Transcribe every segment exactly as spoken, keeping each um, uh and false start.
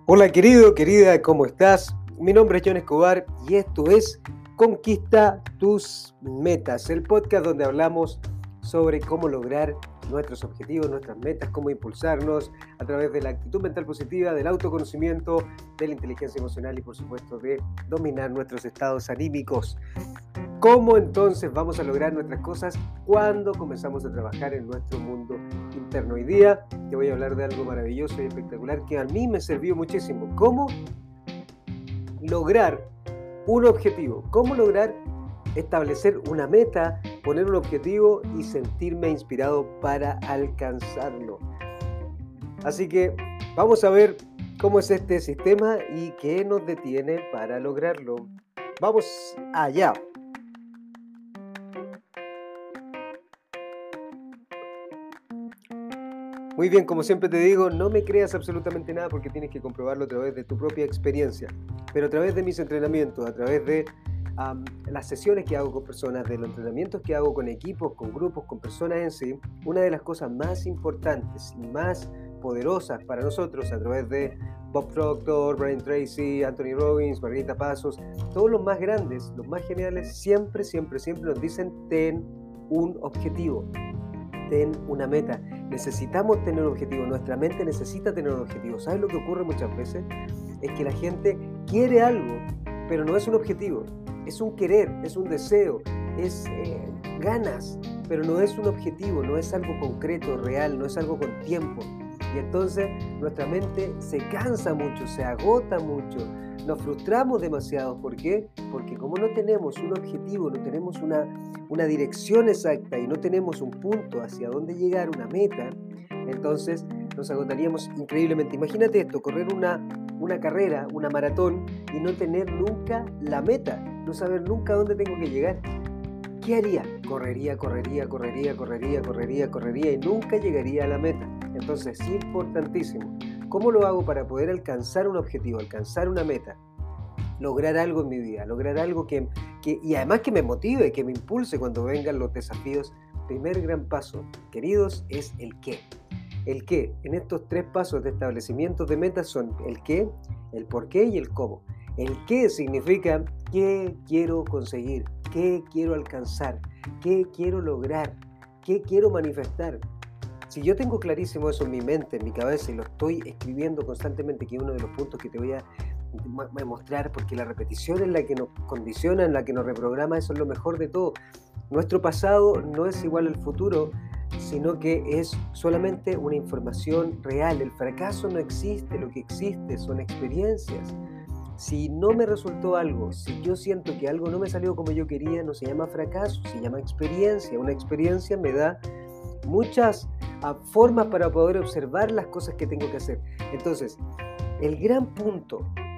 Hola querido, querida, ¿cómo estás? Mi nombre es John Escobar y esto es Conquista tus metas, el podcast donde hablamos sobre cómo lograr nuestros objetivos, nuestras metas, cómo impulsarnos a través de la actitud mental positiva, del autoconocimiento, de la inteligencia emocional y por supuesto de dominar nuestros estados anímicos. ¿Cómo entonces vamos a lograr nuestras cosas cuando comenzamos a trabajar en nuestro mundo interno? Hoy día te voy a hablar de algo maravilloso y espectacular que a mí me sirvió muchísimo. ¿Cómo lograr un objetivo? ¿Cómo lograr establecer una meta, poner un objetivo y sentirme inspirado para alcanzarlo? Así que vamos a ver cómo es este sistema y qué nos detiene para lograrlo. Vamos allá. Muy bien, como siempre te digo, no me creas absolutamente nada porque tienes que comprobarlo a través de tu propia experiencia, pero a través de mis entrenamientos, a través de um, las sesiones que hago con personas, de los entrenamientos que hago con equipos, con grupos, con personas en sí, una de las cosas más importantes y más poderosas para nosotros a través de Bob Proctor, Brian Tracy, Anthony Robbins, Margarita Pasos, todos los más grandes, los más geniales, siempre, siempre, siempre nos dicen ten un objetivo. Ten una meta. Necesitamos tener un objetivo. Nuestra mente necesita tener un objetivo. ¿Sabes lo que ocurre muchas veces? Es que la gente quiere algo, pero no es un objetivo. Es un querer, es un deseo, es eh, ganas, pero no es un objetivo, no es algo concreto, real, no es algo con tiempo. Y entonces nuestra mente se cansa mucho, se agota mucho. Nos frustramos demasiado. ¿Por qué? Porque como no tenemos un objetivo, no tenemos una, una dirección exacta y no tenemos un punto hacia dónde llegar, una meta, entonces nos agotaríamos increíblemente. Imagínate esto, correr una, una carrera, una maratón y no tener nunca la meta, no saber nunca dónde tengo que llegar. ¿Qué haría? Correría, correría, correría, correría, correría, correría y nunca llegaría a la meta. Entonces es importantísimo. ¿Cómo lo hago para poder alcanzar un objetivo, alcanzar una meta? Lograr algo en mi vida, lograr algo que, que y además que me motive, que me impulse cuando vengan los desafíos. Primer gran paso, queridos, es el qué. El qué, en estos tres pasos de establecimiento de metas son el qué, el por qué y el cómo. El qué significa qué quiero conseguir, qué quiero alcanzar, qué quiero lograr, qué quiero manifestar. Si yo tengo clarísimo eso en mi mente, en mi cabeza y lo estoy escribiendo constantemente, que es uno de los puntos que te voy a mostrar, porque la repetición es la que nos condiciona, en la que nos reprograma, eso es lo mejor de todo. Nuestro pasado no es igual al futuro, sino que es solamente una información real. El fracaso no existe, lo que existe son experiencias. Si no me resultó algo, si yo siento que algo no me salió como yo quería, no se llama fracaso, se llama experiencia. Una experiencia me da muchas uh, formas para poder observar las cosas que tengo que hacer. Entonces, el gran punto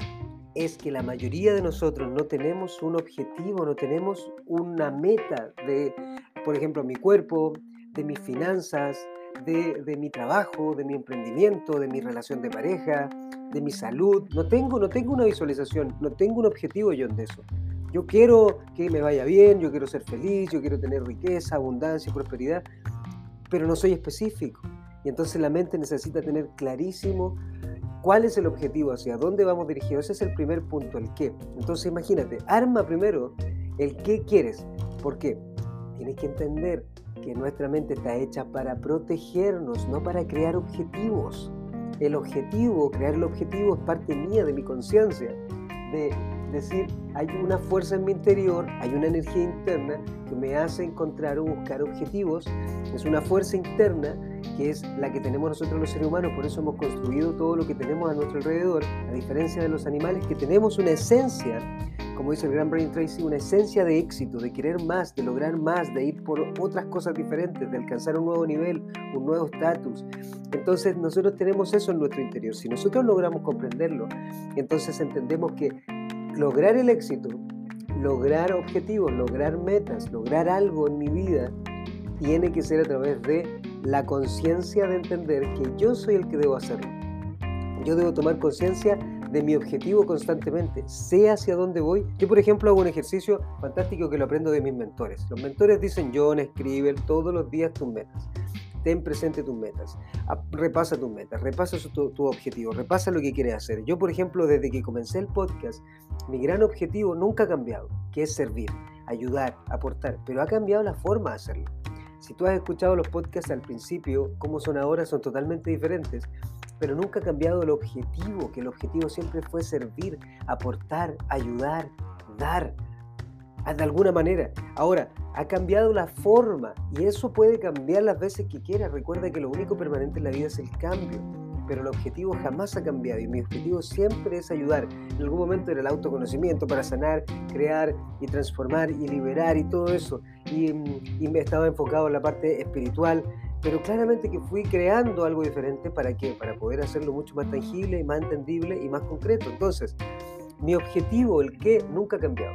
es que la mayoría de nosotros no tenemos un objetivo, no tenemos una meta de, por ejemplo, mi cuerpo, de mis finanzas, de, de mi trabajo, de mi emprendimiento, de mi relación de pareja, de mi salud. No tengo, no tengo una visualización, no tengo un objetivo yo de eso. Yo quiero que me vaya bien, yo quiero ser feliz, yo quiero tener riqueza, abundancia, prosperidad, pero no soy específico. Y entonces la mente necesita tener clarísimo cuál es el objetivo, hacia dónde vamos dirigidos. Ese es el primer punto, el qué. Entonces imagínate, arma primero el qué quieres. ¿Por qué? Tienes que entender que nuestra mente está hecha para protegernos, no para crear objetivos. El objetivo, crear el objetivo es parte mía, de mi conciencia, de decir, hay una fuerza en mi interior, hay una energía interna que me hace encontrar o buscar objetivos. Es una fuerza interna que es la que tenemos nosotros los seres humanos, por eso hemos construido todo lo que tenemos a nuestro alrededor, a diferencia de los animales que tenemos una esencia, como dice el gran Brian Tracy, una esencia de éxito, de querer más, de lograr más, de ir por otras cosas diferentes, de alcanzar un nuevo nivel, un nuevo estatus. Entonces nosotros tenemos eso en nuestro interior. Si nosotros logramos comprenderlo, entonces entendemos que lograr el éxito, lograr objetivos, lograr metas, lograr algo en mi vida, tiene que ser a través de la conciencia de entender que yo soy el que debo hacerlo. Yo debo tomar conciencia de mi objetivo constantemente, sé hacia dónde voy. Yo, por ejemplo, hago un ejercicio fantástico que lo aprendo de mis mentores. Los mentores dicen, John, escribe todos los días tus metas. ten presente tus metas, repasa tus metas, repasa tu, tu objetivo, repasa lo que quieres hacer. Yo, por ejemplo, desde que comencé el podcast, mi gran objetivo nunca ha cambiado, que es servir, ayudar, aportar, pero ha cambiado la forma de hacerlo. Si tú has escuchado los podcasts al principio, como son ahora, son totalmente diferentes, pero nunca ha cambiado el objetivo, que el objetivo siempre fue servir, aportar, ayudar, dar, de alguna manera. Ahora, ha cambiado la forma y eso puede cambiar las veces que quieras. Recuerda que lo único permanente en la vida es el cambio, pero el objetivo jamás ha cambiado y mi objetivo siempre es ayudar. En algún momento era el autoconocimiento para sanar, crear y transformar y liberar y todo eso. Y, y me estaba enfocado en la parte espiritual, pero claramente que fui creando algo diferente. ¿Para qué? Para poder hacerlo mucho más tangible, más entendible y más concreto. Entonces, mi objetivo, el qué, nunca ha cambiado.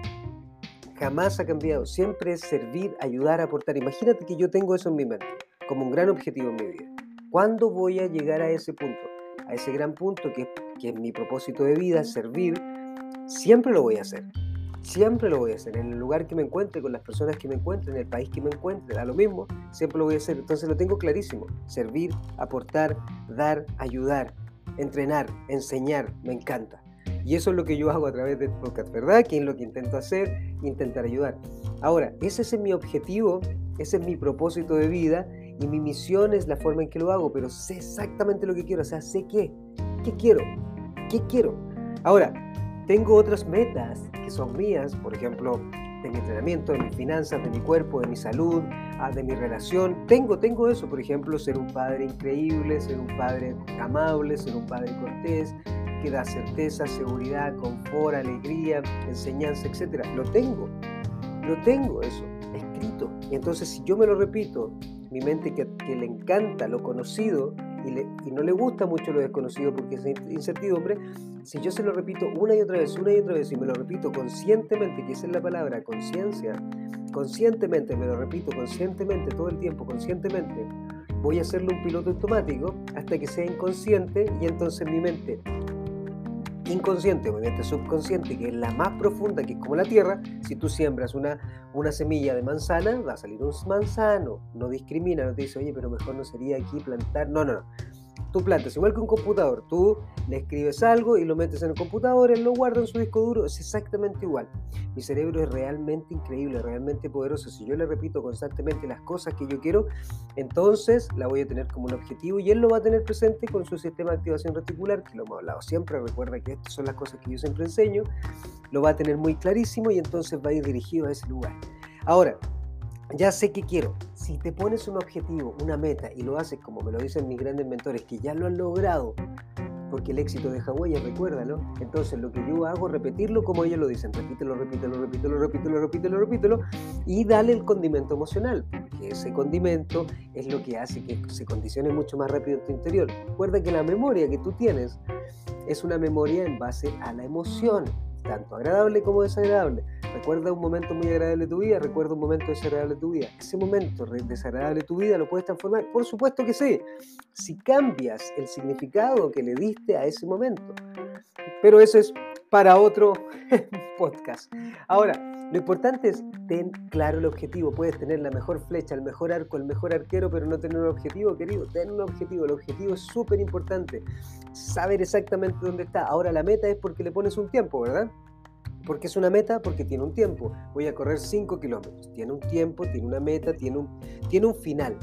Jamás ha cambiado. Siempre es servir, ayudar, aportar. Imagínate que yo tengo eso en mi mente, como un gran objetivo en mi vida. ¿Cuándo voy a llegar a ese punto? A ese gran punto que, que es mi propósito de vida, servir. Siempre lo voy a hacer. Siempre lo voy a hacer. En el lugar que me encuentre, con las personas que me encuentre, en el país que me encuentre, da lo mismo. Siempre lo voy a hacer. Entonces lo tengo clarísimo. Servir, aportar, dar, ayudar, entrenar, enseñar. Me encanta. Y eso es lo que yo hago a través del podcast, ¿verdad? Que es lo que intento hacer, intentar ayudar. Ahora, ese es mi objetivo, ese es mi propósito de vida y mi misión es la forma en que lo hago, pero sé exactamente lo que quiero, o sea, sé qué, qué quiero, qué quiero. Ahora, tengo otras metas que son mías, por ejemplo, de mi entrenamiento, de mis finanzas, de mi cuerpo, de mi salud, de mi relación. Tengo, tengo eso, por ejemplo, ser un padre increíble, ser un padre amable, ser un padre cortés, que da certeza, seguridad, confort, alegría, enseñanza, etcétera. Lo tengo, lo tengo eso, escrito. Y entonces si yo me lo repito, mi mente que, que le encanta lo conocido y, le, y no le gusta mucho lo desconocido porque es incertidumbre, si yo se lo repito una y otra vez, una y otra vez y me lo repito conscientemente, que esa es la palabra, conciencia, conscientemente, me lo repito conscientemente todo el tiempo, conscientemente, voy a hacerlo un piloto automático hasta que sea inconsciente y entonces mi mente inconsciente o mi mente subconsciente, que es la más profunda, que es como la tierra, si tú siembras una, una semilla de manzana, va a salir un manzano, no discrimina, no te dice, oye, pero mejor no sería aquí plantar, no, no, no. Tú plantas, igual que un computador, tú le escribes algo y lo metes en el computador, él lo guarda en su disco duro, es exactamente igual. Mi cerebro es realmente increíble, realmente poderoso. Si yo le repito constantemente las cosas que yo quiero, entonces la voy a tener como un objetivo y él lo va a tener presente con su sistema de activación reticular, que lo hemos hablado siempre, recuerda que estas son las cosas que yo siempre enseño, lo va a tener muy clarísimo y entonces va a ir dirigido a ese lugar. Ahora, ya sé qué quiero. Si te pones un objetivo, una meta y lo haces como me lo dicen mis grandes mentores que ya lo han logrado, porque el éxito deja huellas, recuérdalo. Entonces lo que yo hago es repetirlo como ellos lo dicen. Repítelo, repítelo, repítelo, repítelo, repítelo, repítelo y dale el condimento emocional, porque ese condimento es lo que hace que se condicione mucho más rápido en tu interior. Recuerda que la memoria que tú tienes es una memoria en base a la emoción, tanto agradable como desagradable. Recuerda un momento muy agradable de tu vida, recuerda un momento desagradable de tu vida. Ese momento desagradable de tu vida lo puedes transformar, por supuesto que sí, si cambias el significado que le diste a ese momento. Pero eso es para otro podcast. Ahora, lo importante es ten claro el objetivo. Puedes tener la mejor flecha, el mejor arco, el mejor arquero, pero no tener un objetivo, querido. Ten un objetivo. El objetivo es súper importante. Saber exactamente dónde está. Ahora, la meta es porque le pones un tiempo, ¿verdad? ¿Por qué es una meta? Porque tiene un tiempo. Voy a correr cinco kilómetros. Tiene un tiempo, tiene una meta, tiene un, tiene un final.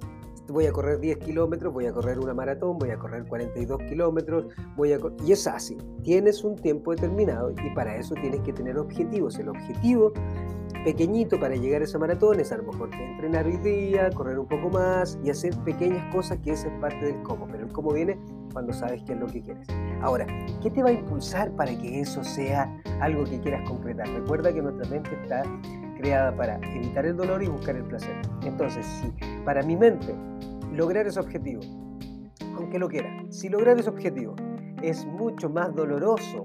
Voy a correr diez kilómetros, voy a correr una maratón, voy a correr cuarenta y dos kilómetros, voy a cor- y es así. Tienes un tiempo determinado y para eso tienes que tener objetivos. El objetivo pequeñito para llegar a esa maratón es a lo mejor entrenar hoy día, correr un poco más y hacer pequeñas cosas, que esa es parte del cómo. Pero el cómo viene cuando sabes qué es lo que quieres. Ahora, ¿qué te va a impulsar para que eso sea algo que quieras concretar? Recuerda que nuestra mente está creada para evitar el dolor y buscar el placer. Entonces, si para mi mente lograr ese objetivo, aunque lo quiera, si lograr ese objetivo es mucho más doloroso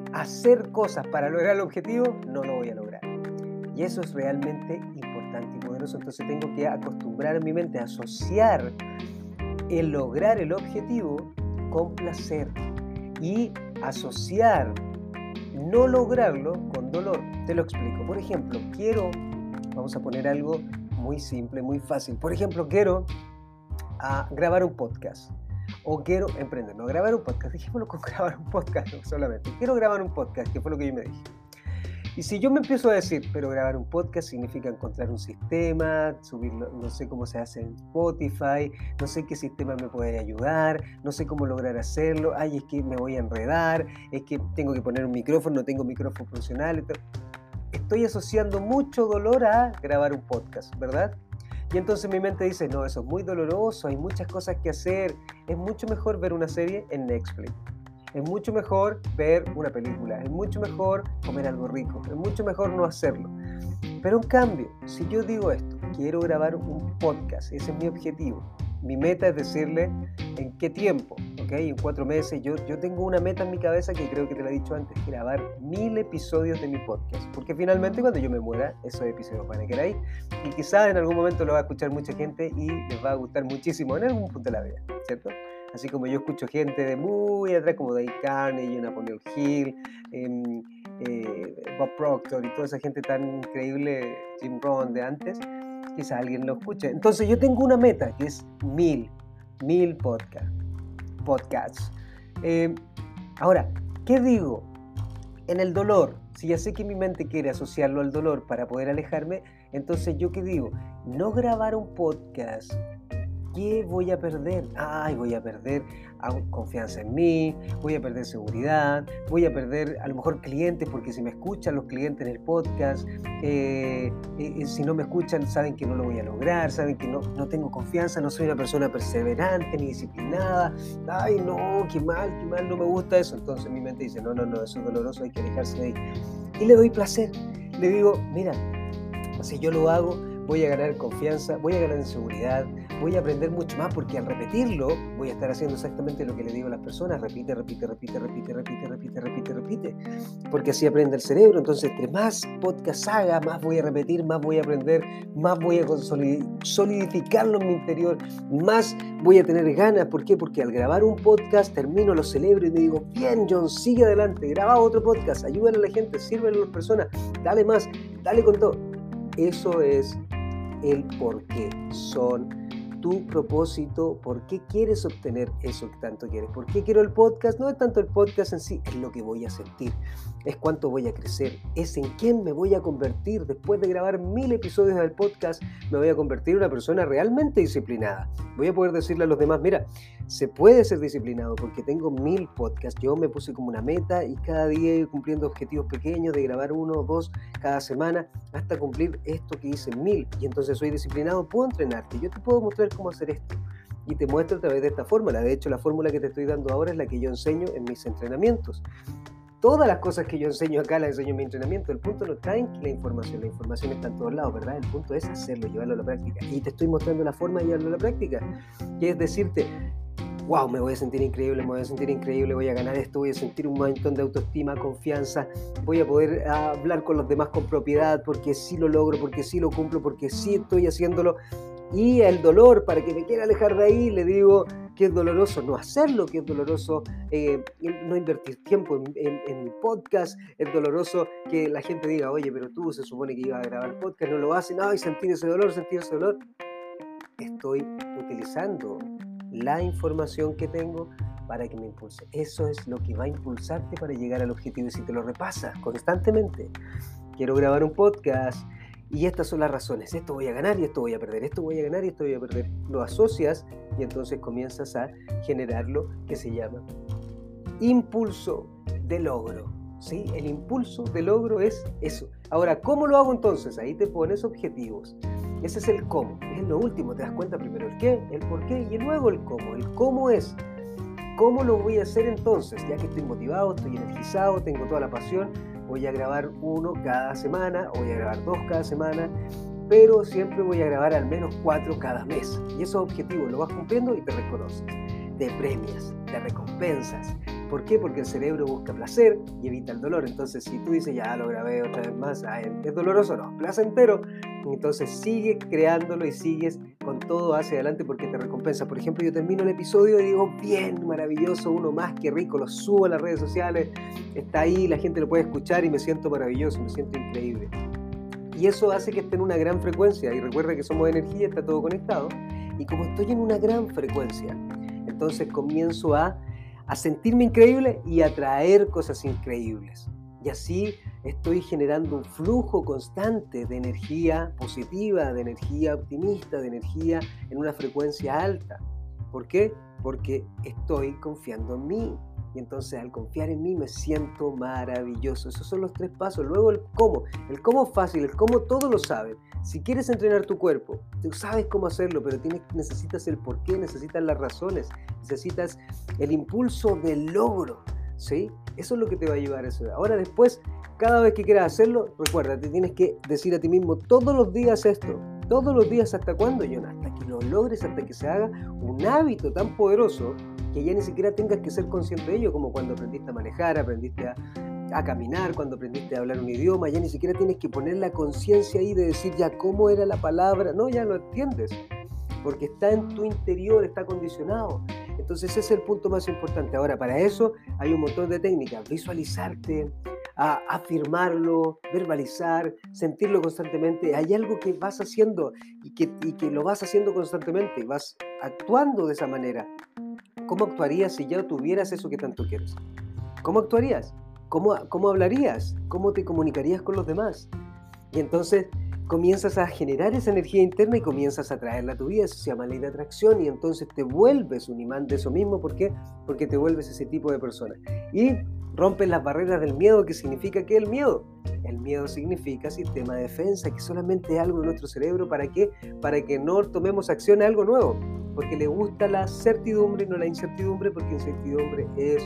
hacer cosas para lograr el objetivo, no lo voy a lograr. Y eso es realmente importante y poderoso. Entonces tengo que acostumbrar a mi mente a asociar el lograr el objetivo con placer y asociar no lograrlo con dolor. Te lo explico. Por ejemplo, quiero, vamos a poner algo muy simple, muy fácil. Por ejemplo, quiero a grabar un podcast. O quiero emprender, no grabar un podcast, dejémoslo con grabar un podcast no, solamente. Quiero grabar un podcast, que fue lo que yo me dije. Y si yo me empiezo a decir, pero grabar un podcast significa encontrar un sistema, subirlo, no sé cómo se hace en Spotify, no sé qué sistema me puede ayudar, no sé cómo lograr hacerlo, ay, es que me voy a enredar, es que tengo que poner un micrófono, no tengo micrófono funcional. Estoy asociando mucho dolor a grabar un podcast, ¿verdad? Y entonces mi mente dice, no, eso es muy doloroso, hay muchas cosas que hacer, es mucho mejor ver una serie en Netflix. Es mucho mejor ver una película, es mucho mejor comer algo rico, es mucho mejor no hacerlo. Pero en cambio, si yo digo esto, quiero grabar un podcast, ese es mi objetivo. Mi meta es decirle en qué tiempo, ¿ok? En cuatro meses. Yo, yo tengo una meta en mi cabeza que creo que te la he dicho antes, grabar mil episodios de mi podcast. Porque finalmente cuando yo me muera, esos episodios van a quedar ahí. Y quizás en algún momento lo va a escuchar mucha gente y les va a gustar muchísimo en algún punto de la vida, ¿cierto? Así como yo escucho gente de muy atrás como Dave Carnegie, Napoleon Hill, eh, eh, Bob Proctor y toda esa gente tan increíble, Jim Rohn de antes, quizá alguien lo escuche. Entonces yo tengo una meta que es mil, mil podcast, podcasts. Eh, ahora, ¿qué digo? En el dolor, si ya sé que mi mente quiere asociarlo al dolor para poder alejarme, entonces yo ¿qué digo? No grabar un podcast. ¿Qué voy a perder? Ay, voy a perder confianza en mí, voy a perder seguridad, voy a perder a lo mejor clientes, porque si me escuchan los clientes en el podcast, eh, eh, si no me escuchan saben que no lo voy a lograr, saben que no, no tengo confianza, no soy una persona perseverante ni disciplinada. Ay, no, qué mal, qué mal, no me gusta eso. Entonces mi mente dice, no, no, no, eso es doloroso, hay que alejarse de ahí. Y le doy placer, le digo, mira, si yo lo hago, voy a ganar confianza, voy a ganar en seguridad, voy a aprender mucho más porque al repetirlo voy a estar haciendo exactamente lo que le digo a las personas, repite, repite, repite, repite, repite, repite, repite, repite, porque así aprende el cerebro. Entonces, entre más podcast haga, más voy a repetir, más voy a aprender, más voy a solidificarlo en mi interior, más voy a tener ganas. ¿Por qué? Porque al grabar un podcast termino, lo celebro y me digo, bien John, sigue adelante, graba otro podcast, ayúdale a la gente, sírvele a las personas, dale más, dale con todo. Eso es el por qué, son tu propósito, por qué quieres obtener eso que tanto quieres. ¿Por qué quiero el podcast? No es tanto el podcast en sí, es lo que voy a sentir, es cuánto voy a crecer, es en quién me voy a convertir. Después de grabar mil episodios del podcast, me voy a convertir en una persona realmente disciplinada. Voy a poder decirle a los demás, mira, se puede ser disciplinado porque tengo mil podcasts. Yo me puse como una meta y cada día ir cumpliendo objetivos pequeños de grabar uno o dos cada semana hasta cumplir esto que hice mil. Y entonces soy disciplinado, puedo entrenarte. Yo te puedo mostrar cómo hacer esto y te muestro a través de esta fórmula. De hecho, la fórmula que te estoy dando ahora es la que yo enseño en mis entrenamientos. Todas las cosas que yo enseño acá las enseño en mi entrenamiento. El punto no está en la información, la información está en todos lados, ¿verdad? El punto es hacerlo, llevarlo a la práctica. Y te estoy mostrando la forma de llevarlo a la práctica, que es decirte, wow, me voy a sentir increíble, me voy a sentir increíble, voy a ganar esto, voy a sentir un montón de autoestima, confianza, voy a poder hablar con los demás con propiedad, porque sí lo logro, porque sí lo cumplo, porque sí estoy haciéndolo. Y el dolor, para que me quiera alejar de ahí, le digo que es doloroso no hacerlo, que es doloroso eh, no invertir tiempo en, en, en mi podcast, es doloroso que la gente diga, oye, pero tú se supone que ibas a grabar podcast, no lo hacen, ay, sentir ese dolor, sentir ese dolor. Estoy utilizando la información que tengo para que me impulse. Eso es lo que va a impulsarte para llegar al objetivo. Y si te lo repasas constantemente, quiero grabar un podcast y estas son las razones, esto voy a ganar y esto voy a perder, esto voy a ganar y esto voy a perder, lo asocias y entonces comienzas a generar lo que se llama impulso de logro, ¿sí? El impulso de logro es eso. Ahora, ¿cómo lo hago entonces? Ahí te pones objetivos. Ese es el cómo, es lo último, te das cuenta primero el qué, el por qué y luego el cómo. El cómo es, ¿cómo lo voy a hacer entonces? Ya que estoy motivado, estoy energizado, tengo toda la pasión, voy a grabar uno cada semana, o voy a grabar dos cada semana, pero siempre voy a grabar al menos cuatro cada mes. Y esos objetivos los vas cumpliendo y te reconoces, te premias, te recompensas. ¿Por qué? Porque el cerebro busca placer y evita el dolor. Entonces, si tú dices, ya lo grabé otra vez más, ¿es doloroso? No, placentero. Entonces, sigue creándolo y sigues con todo hacia adelante porque te recompensa. Por ejemplo, yo termino el episodio y digo, bien, maravilloso, uno más, qué rico, lo subo a las redes sociales, está ahí, la gente lo puede escuchar y me siento maravilloso, me siento increíble. Y eso hace que esté en una gran frecuencia. Y recuerda que somos energía, está todo conectado. Y como estoy en una gran frecuencia, entonces comienzo a, a sentirme increíble y a atraer cosas increíbles. Y así estoy generando un flujo constante de energía positiva, de energía optimista, de energía en una frecuencia alta. ¿Por qué? Porque estoy confiando en mí. Y entonces al confiar en mí me siento maravilloso. Esos son los tres pasos. Luego el cómo. El cómo fácil, el cómo todos lo saben. Si quieres entrenar tu cuerpo, tú sabes cómo hacerlo, pero tienes, necesitas el porqué, necesitas las razones, necesitas el impulso del logro, ¿sí? Eso es lo que te va a ayudar a eso. Ahora después, cada vez que quieras hacerlo, recuerda, te tienes que decir a ti mismo todos los días esto. Todos los días, ¿hasta cuándo, John? Hasta que lo logres, hasta que se haga un hábito tan poderoso que ya ni siquiera tengas que ser consciente de ello, como cuando aprendiste a manejar, aprendiste a, a caminar, cuando aprendiste a hablar un idioma, ya ni siquiera tienes que poner la conciencia ahí de decir ya cómo era la palabra, no, ya lo entiendes, porque está en tu interior, está condicionado. Entonces ese es el punto más importante. Ahora, para eso hay un montón de técnicas, visualizarte, a afirmarlo, verbalizar, sentirlo constantemente. Hay algo que vas haciendo y que, y que lo vas haciendo constantemente, vas actuando de esa manera. ¿Cómo actuarías si ya tuvieras eso que tanto quieres? ¿Cómo actuarías? ¿Cómo, cómo hablarías? ¿Cómo te comunicarías con los demás? Y entonces comienzas a generar esa energía interna y comienzas a traerla a tu vida. Eso se llama ley de atracción y entonces te vuelves un imán de eso mismo. ¿Por qué? Porque te vuelves ese tipo de persona. Y rompes las barreras del miedo. ¿Qué significa qué es el miedo? El miedo significa sistema de defensa, que solamente es algo en nuestro cerebro. ¿Para qué? Para que no tomemos acción a algo nuevo. Porque le gusta la certidumbre y no la incertidumbre, porque incertidumbre es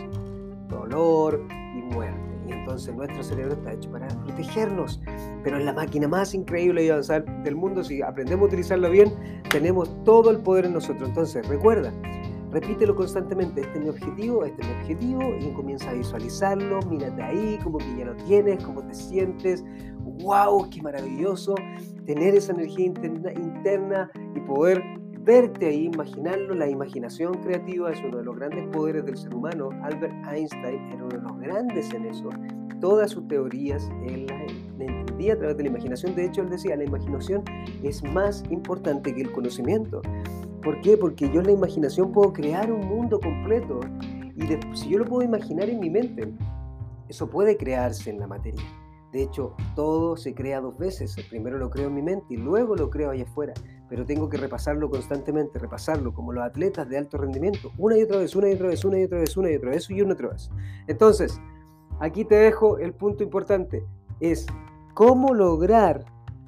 dolor y muerte. Y entonces nuestro cerebro está hecho para protegernos. Pero es la máquina más increíble y avanzada del mundo. Si aprendemos a utilizarla bien, tenemos todo el poder en nosotros. Entonces, recuerda, repítelo constantemente. Este es mi objetivo, este es mi objetivo. Y comienza a visualizarlo. Mírate ahí, como que ya lo tienes, cómo te sientes. ¡Wow! ¡Qué maravilloso! Tener esa energía interna, interna y poder verte ahí, imaginarlo. La imaginación creativa es uno de los grandes poderes del ser humano. Albert Einstein era uno de los grandes en eso. Todas sus teorías él las entendía a través de la imaginación. De hecho, él decía, la imaginación es más importante que el conocimiento. ¿Por qué? Porque yo en la imaginación puedo crear un mundo completo. Y de, si yo lo puedo imaginar en mi mente, eso puede crearse en la materia. De hecho, todo se crea dos veces. Primero lo creo en mi mente y luego lo creo allá afuera. Pero tengo que repasarlo constantemente, repasarlo como los atletas de alto rendimiento. Una y otra vez, una y otra vez, una y otra vez, una y otra vez, y una y otra vez. Entonces, aquí te dejo el punto importante. Es cómo lograr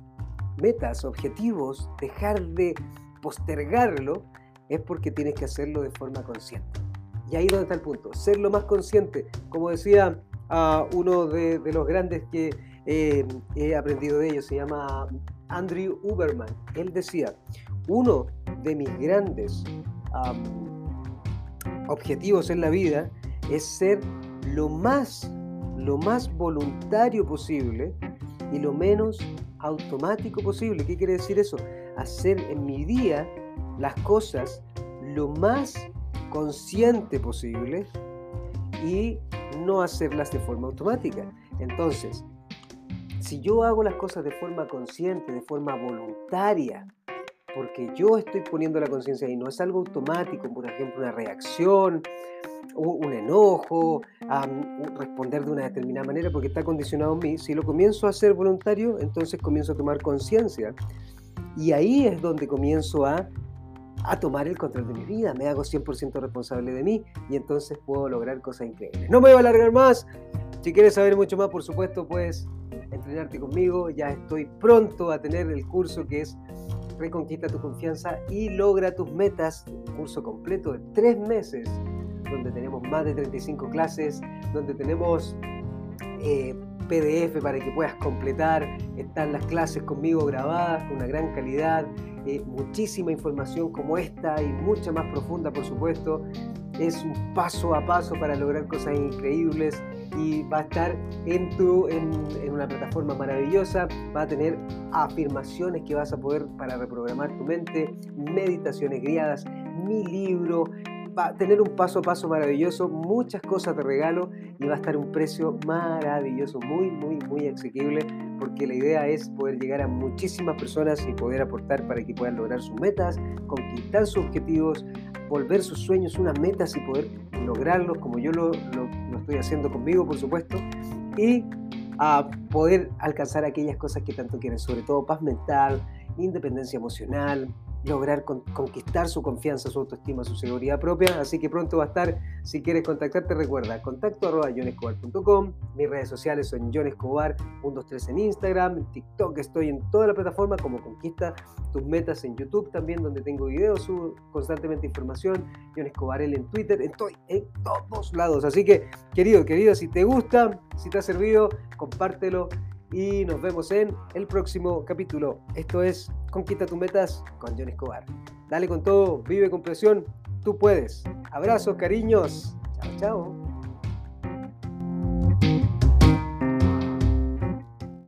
metas, objetivos, dejar de postergarlo, es porque tienes que hacerlo de forma consciente. Y ahí es donde está el punto. Ser lo más consciente. Como decía uh, uno de, de los grandes que eh, he aprendido de ellos, se llama Andrew Huberman. Él decía, uno de mis grandes um, objetivos en la vida es ser lo más, lo más voluntario posible y lo menos automático posible. ¿Qué quiere decir eso? Hacer en mi día las cosas lo más consciente posible y no hacerlas de forma automática. Entonces, si yo hago las cosas de forma consciente, de forma voluntaria, porque yo estoy poniendo la conciencia ahí, no es algo automático, por ejemplo, una reacción, un enojo, um, responder de una determinada manera porque está condicionado en mí. Si lo comienzo a hacer voluntario, entonces comienzo a tomar conciencia y ahí es donde comienzo a, a tomar el control de mi vida, me hago cien por ciento responsable de mí y entonces puedo lograr cosas increíbles. No me voy a alargar más. Si quieres saber mucho más, por supuesto, puedes entrenarte conmigo. Ya estoy pronto a tener el curso que es Reconquista tu confianza y logra tus metas, un curso completo de tres meses donde tenemos más de treinta y cinco clases, donde tenemos eh, P D F para que puedas completar, están las clases conmigo grabadas con una gran calidad, eh, muchísima información como esta y mucha más profunda, por supuesto. Es un paso a paso para lograr cosas increíbles y va a estar en, tu, en, en una plataforma maravillosa. Va a tener afirmaciones que vas a poder para reprogramar tu mente, meditaciones guiadas, mi libro. Va a tener un paso a paso maravilloso, muchas cosas de regalo y va a estar un precio maravilloso, muy, muy, muy asequible porque la idea es poder llegar a muchísimas personas y poder aportar para que puedan lograr sus metas, conquistar sus objetivos, volver sus sueños unas metas y poder lograrlos como yo lo, lo, lo estoy haciendo conmigo, por supuesto, y a poder alcanzar aquellas cosas que tanto quieren, sobre todo paz mental, independencia emocional, lograr con, conquistar su confianza, su autoestima, su seguridad propia. Así que pronto va a estar. Si quieres contactarte, recuerda contacto arroba jon escobar punto com. Mis redes sociales son Jon Escobar uno dos tres en Instagram, en TikTok estoy en toda la plataforma como Conquista tus metas, en YouTube también, donde tengo videos, subo constantemente información. Jon Escobar en Twitter, estoy en todos lados. Así que, querido, querido, si te gusta, si te ha servido, compártelo. Y nos vemos en el próximo capítulo. Esto es Conquista tus metas con Jon Escobar. Dale con todo, vive con presión, tú puedes. Abrazos, cariños. Chao, chao.